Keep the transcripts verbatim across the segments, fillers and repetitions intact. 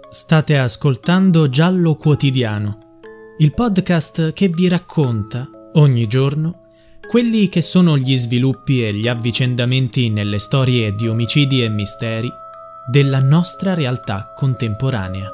State ascoltando Giallo Quotidiano, il podcast che vi racconta, ogni giorno, quelli che sono gli sviluppi e gli avvicendamenti nelle storie di omicidi e misteri della nostra realtà contemporanea.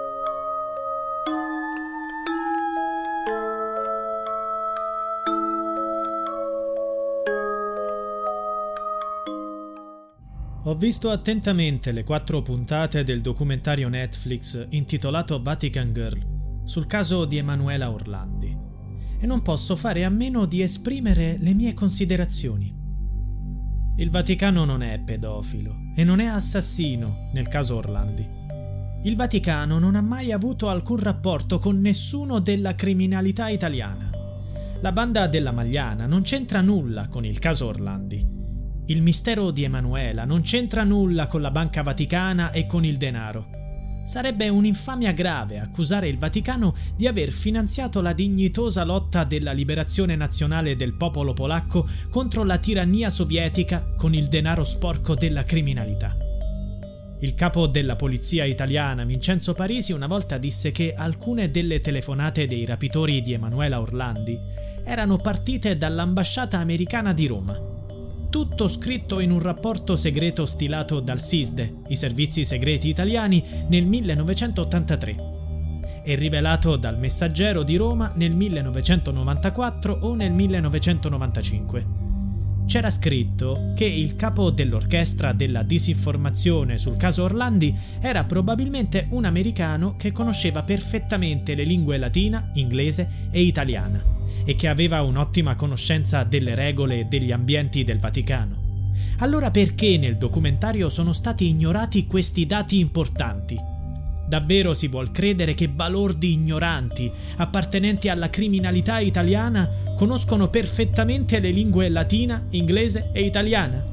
Ho visto attentamente le quattro puntate del documentario Netflix intitolato Vatican Girl sul caso di Emanuela Orlandi e non posso fare a meno di esprimere le mie considerazioni. Il Vaticano non è pedofilo e non è assassino nel caso Orlandi. Il Vaticano non ha mai avuto alcun rapporto con nessuno della criminalità italiana. La banda della Magliana non c'entra nulla con il caso Orlandi. Il mistero di Emanuela non c'entra nulla con la Banca Vaticana e con il denaro. Sarebbe un'infamia grave accusare il Vaticano di aver finanziato la dignitosa lotta della liberazione nazionale del popolo polacco contro la tirannia sovietica con il denaro sporco della criminalità. Il capo della polizia italiana, Vincenzo Parisi, una volta disse che alcune delle telefonate dei rapitori di Emanuela Orlandi erano partite dall'ambasciata americana di Roma. Tutto scritto in un rapporto segreto stilato dal SISDE, i servizi segreti italiani, nel millenovecentottantatré e rivelato dal Messaggero di Roma nel millenovecentonovantaquattro o nel millenovecentonovantacinque. C'era scritto che il capo dell'orchestra della disinformazione sul caso Orlandi era probabilmente un americano che conosceva perfettamente le lingue latina, inglese e italiana e che aveva un'ottima conoscenza delle regole e degli ambienti del Vaticano. Allora perché nel documentario sono stati ignorati questi dati importanti? Davvero si vuol credere che balordi ignoranti, appartenenti alla criminalità italiana, conoscono perfettamente le lingue latina, inglese e italiana?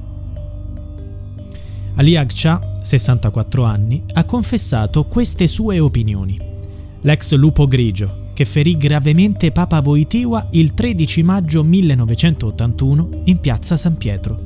Ali Agca, sessantaquattro anni, ha confessato queste sue opinioni. L'ex lupo grigio, che ferì gravemente Papa Wojtyła il tredici maggio millenovecentottantuno in piazza San Pietro.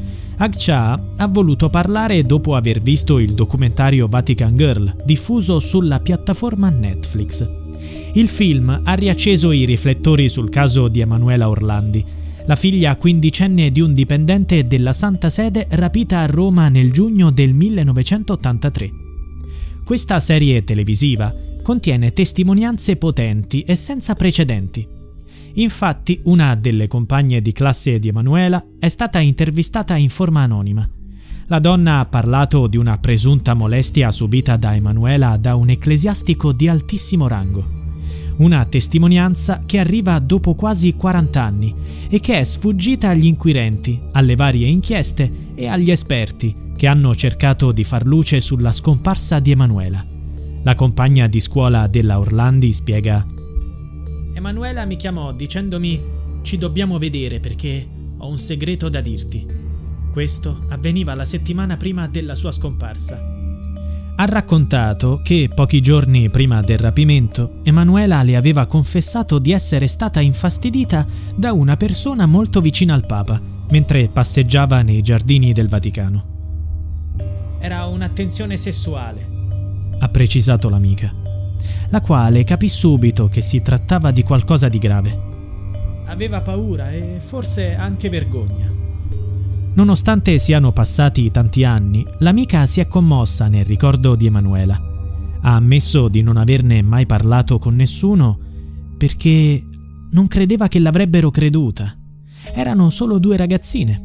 Agca ha voluto parlare dopo aver visto il documentario Vatican Girl, diffuso sulla piattaforma Netflix. Il film ha riacceso i riflettori sul caso di Emanuela Orlandi, la figlia quindicenne di un dipendente della Santa Sede rapita a Roma nel giugno del millenovecentottantatré. Questa serie televisiva contiene testimonianze potenti e senza precedenti. Infatti, una delle compagne di classe di Emanuela è stata intervistata in forma anonima. La donna ha parlato di una presunta molestia subita da Emanuela da un ecclesiastico di altissimo rango. Una testimonianza che arriva dopo quasi quaranta anni e che è sfuggita agli inquirenti, alle varie inchieste e agli esperti che hanno cercato di far luce sulla scomparsa di Emanuela. La compagna di scuola della Orlandi spiega: Emanuela mi chiamò dicendomi «Ci dobbiamo vedere perché ho un segreto da dirti». Questo avveniva la settimana prima della sua scomparsa. Ha raccontato che pochi giorni prima del rapimento Emanuela le aveva confessato di essere stata infastidita da una persona molto vicina al Papa mentre passeggiava nei giardini del Vaticano. Era un'attenzione sessuale, ha precisato l'amica, la quale capì subito che si trattava di qualcosa di grave. Aveva paura e forse anche vergogna. Nonostante siano passati tanti anni, l'amica si è commossa nel ricordo di Emanuela. Ha ammesso di non averne mai parlato con nessuno perché non credeva che l'avrebbero creduta. Erano solo due ragazzine.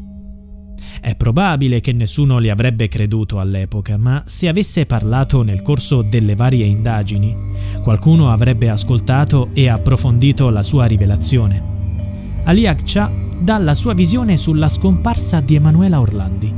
È probabile che nessuno le avrebbe creduto all'epoca, ma se avesse parlato nel corso delle varie indagini, qualcuno avrebbe ascoltato e approfondito la sua rivelazione. Ali Agca dà la sua visione sulla scomparsa di Emanuela Orlandi.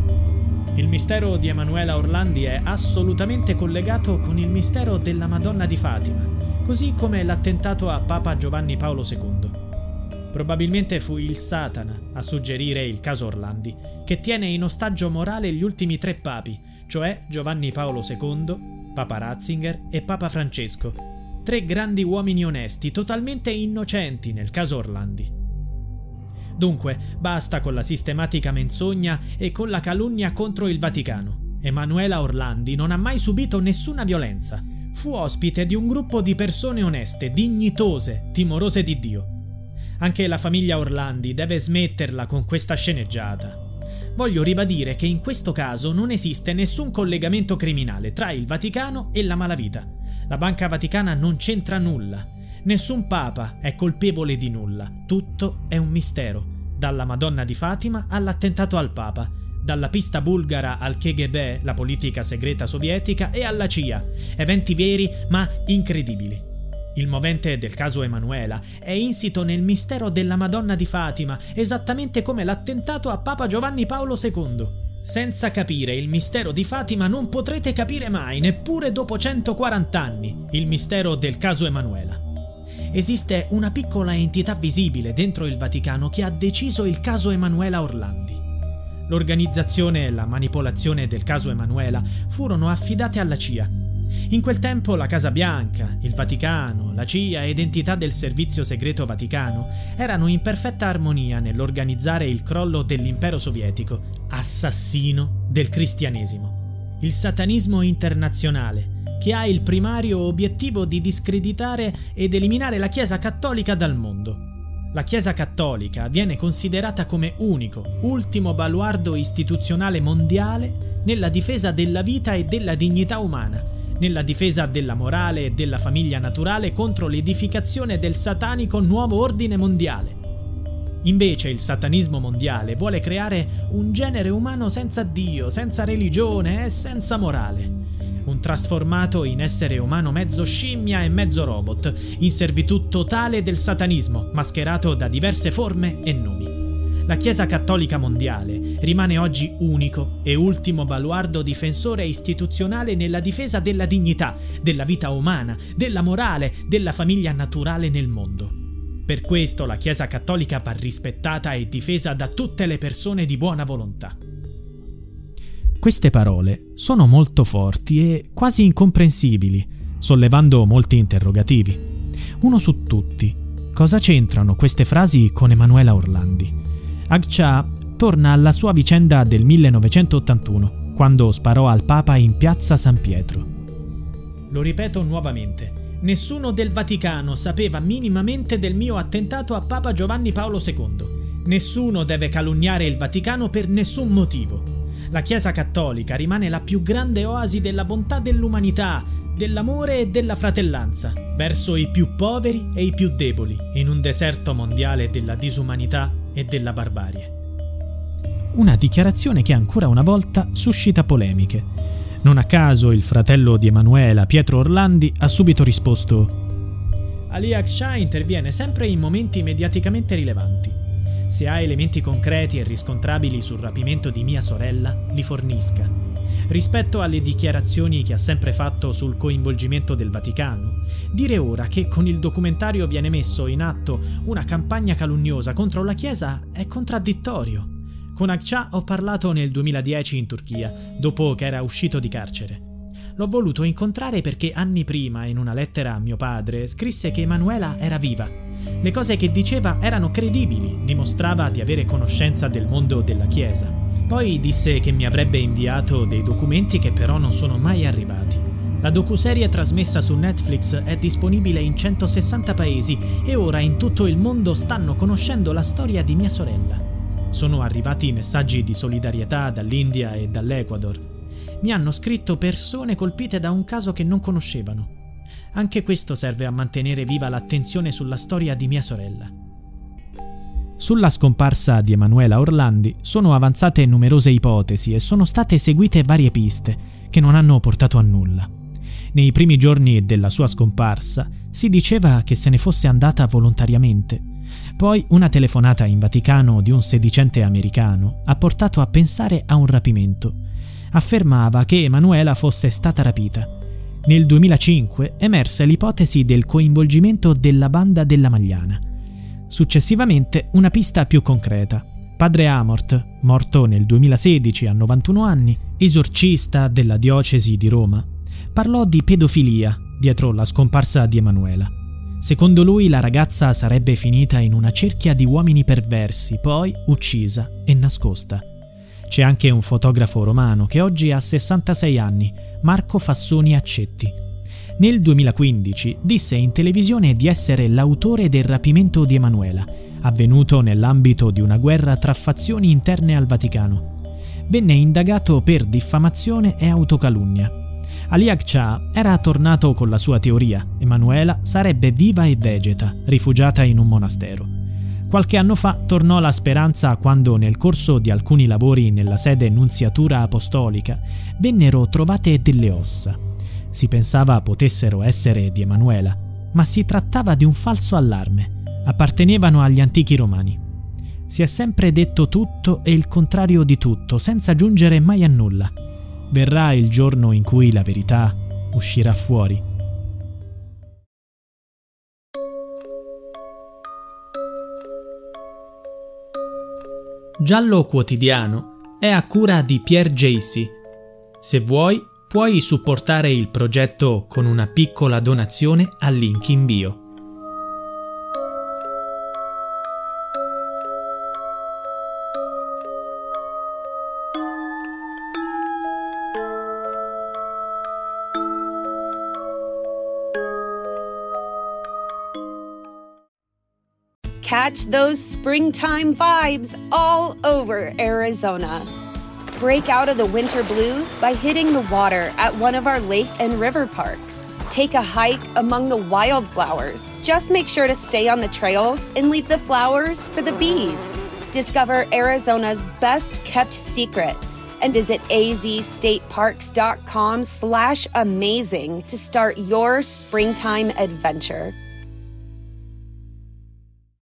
Il mistero di Emanuela Orlandi è assolutamente collegato con il mistero della Madonna di Fatima, così come l'attentato a Papa Giovanni Paolo secondo. Probabilmente fu il Satana a suggerire il caso Orlandi, che tiene in ostaggio morale gli ultimi tre papi, cioè Giovanni Paolo secondo, Papa Ratzinger e Papa Francesco, tre grandi uomini onesti, totalmente innocenti nel caso Orlandi. Dunque, basta con la sistematica menzogna e con la calunnia contro il Vaticano. Emanuela Orlandi non ha mai subito nessuna violenza. Fu ospite di un gruppo di persone oneste, dignitose, timorose di Dio. Anche la famiglia Orlandi deve smetterla con questa sceneggiata. Voglio ribadire che in questo caso non esiste nessun collegamento criminale tra il Vaticano e la malavita. La Banca Vaticana non c'entra nulla. Nessun papa è colpevole di nulla. Tutto è un mistero. Dalla Madonna di Fatima all'attentato al papa. Dalla pista bulgara al K G B, la politica segreta sovietica, e alla C I A. Eventi veri ma incredibili. Il movente del caso Emanuela è insito nel mistero della Madonna di Fatima, esattamente come l'attentato a Papa Giovanni Paolo secondo. Senza capire il mistero di Fatima non potrete capire mai, neppure dopo centoquaranta anni, il mistero del caso Emanuela. Esiste una piccola entità visibile dentro il Vaticano che ha deciso il caso Emanuela Orlandi. L'organizzazione e la manipolazione del caso Emanuela furono affidate alla C I A. In quel tempo la Casa Bianca, il Vaticano, la C I A ed entità del Servizio Segreto Vaticano erano in perfetta armonia nell'organizzare il crollo dell'impero sovietico, assassino del cristianesimo. Il satanismo internazionale, che ha il primario obiettivo di discreditare ed eliminare la Chiesa cattolica dal mondo. La Chiesa cattolica viene considerata come unico, ultimo baluardo istituzionale mondiale nella difesa della vita e della dignità umana, nella difesa della morale e della famiglia naturale contro l'edificazione del satanico nuovo ordine mondiale. Invece il satanismo mondiale vuole creare un genere umano senza Dio, senza religione e senza morale. Un trasformato in essere umano mezzo scimmia e mezzo robot, in servitù totale del satanismo, mascherato da diverse forme e nomi. La Chiesa Cattolica Mondiale rimane oggi unico e ultimo baluardo difensore istituzionale nella difesa della dignità, della vita umana, della morale, della famiglia naturale nel mondo. Per questo la Chiesa Cattolica va rispettata e difesa da tutte le persone di buona volontà. Queste parole sono molto forti e quasi incomprensibili, sollevando molti interrogativi. Uno su tutti: cosa c'entrano queste frasi con Emanuela Orlandi? Agca torna alla sua vicenda del millenovecentottantuno, quando sparò al Papa in piazza San Pietro. Lo ripeto nuovamente: nessuno del Vaticano sapeva minimamente del mio attentato a Papa Giovanni Paolo secondo. Nessuno deve calunniare il Vaticano per nessun motivo. La Chiesa Cattolica rimane la più grande oasi della bontà dell'umanità, dell'amore e della fratellanza, verso i più poveri e i più deboli, in un deserto mondiale della disumanità e della barbarie. Una dichiarazione che ancora una volta suscita polemiche. Non a caso il fratello di Emanuela, Pietro Orlandi, ha subito risposto: Ali Agca interviene sempre in momenti mediaticamente rilevanti. Se ha elementi concreti e riscontrabili sul rapimento di mia sorella, li fornisca. Rispetto alle dichiarazioni che ha sempre fatto sul coinvolgimento del Vaticano, dire ora che con il documentario viene messo in atto una campagna calunniosa contro la Chiesa è contraddittorio. Con Agca ho parlato nel duemiladieci in Turchia, dopo che era uscito di carcere. L'ho voluto incontrare perché anni prima, in una lettera a mio padre, scrisse che Emanuela era viva. Le cose che diceva erano credibili, dimostrava di avere conoscenza del mondo della Chiesa. Poi disse che mi avrebbe inviato dei documenti che però non sono mai arrivati. La docuserie trasmessa su Netflix è disponibile in centosessanta paesi e ora in tutto il mondo stanno conoscendo la storia di mia sorella. Sono arrivati messaggi di solidarietà dall'India e dall'Ecuador. Mi hanno scritto persone colpite da un caso che non conoscevano. Anche questo serve a mantenere viva l'attenzione sulla storia di mia sorella. Sulla scomparsa di Emanuela Orlandi sono avanzate numerose ipotesi e sono state eseguite varie piste che non hanno portato a nulla. Nei primi giorni della sua scomparsa si diceva che se ne fosse andata volontariamente. Poi una telefonata in Vaticano di un sedicente americano ha portato a pensare a un rapimento. Affermava che Emanuela fosse stata rapita. Nel duemilacinque emerse l'ipotesi del coinvolgimento della banda della Magliana. Successivamente una pista più concreta. Padre Amort, morto nel duemilasedici a novantuno anni, esorcista della diocesi di Roma, parlò di pedofilia dietro la scomparsa di Emanuela. Secondo lui la ragazza sarebbe finita in una cerchia di uomini perversi, poi uccisa e nascosta. C'è anche un fotografo romano che oggi ha sessantasei anni, Marco Fassoni Accetti. Nel duemilaquindici disse in televisione di essere l'autore del rapimento di Emanuela, avvenuto nell'ambito di una guerra tra fazioni interne al Vaticano. Venne indagato per diffamazione e autocalunnia. Ali Agca era tornato con la sua teoria: Emanuela sarebbe viva e vegeta, rifugiata in un monastero. Qualche anno fa tornò la speranza quando, nel corso di alcuni lavori nella sede Nunziatura Apostolica, vennero trovate delle ossa. Si pensava potessero essere di Emanuela, ma si trattava di un falso allarme. Appartenevano agli antichi romani. Si è sempre detto tutto e il contrario di tutto, senza giungere mai a nulla. Verrà il giorno in cui la verità uscirà fuori. Giallo Quotidiano è a cura di Pierre Jacy. Se vuoi, puoi supportare il progetto con una piccola donazione al link in bio. Catch those springtime vibes all over Arizona. Break out of the winter blues by hitting the water at one of our lake and river parks. Take a hike among the wildflowers. Just make sure to stay on the trails and leave the flowers for the bees. Discover Arizona's best kept secret and visit azstateparks.com slash amazing to start your springtime adventure.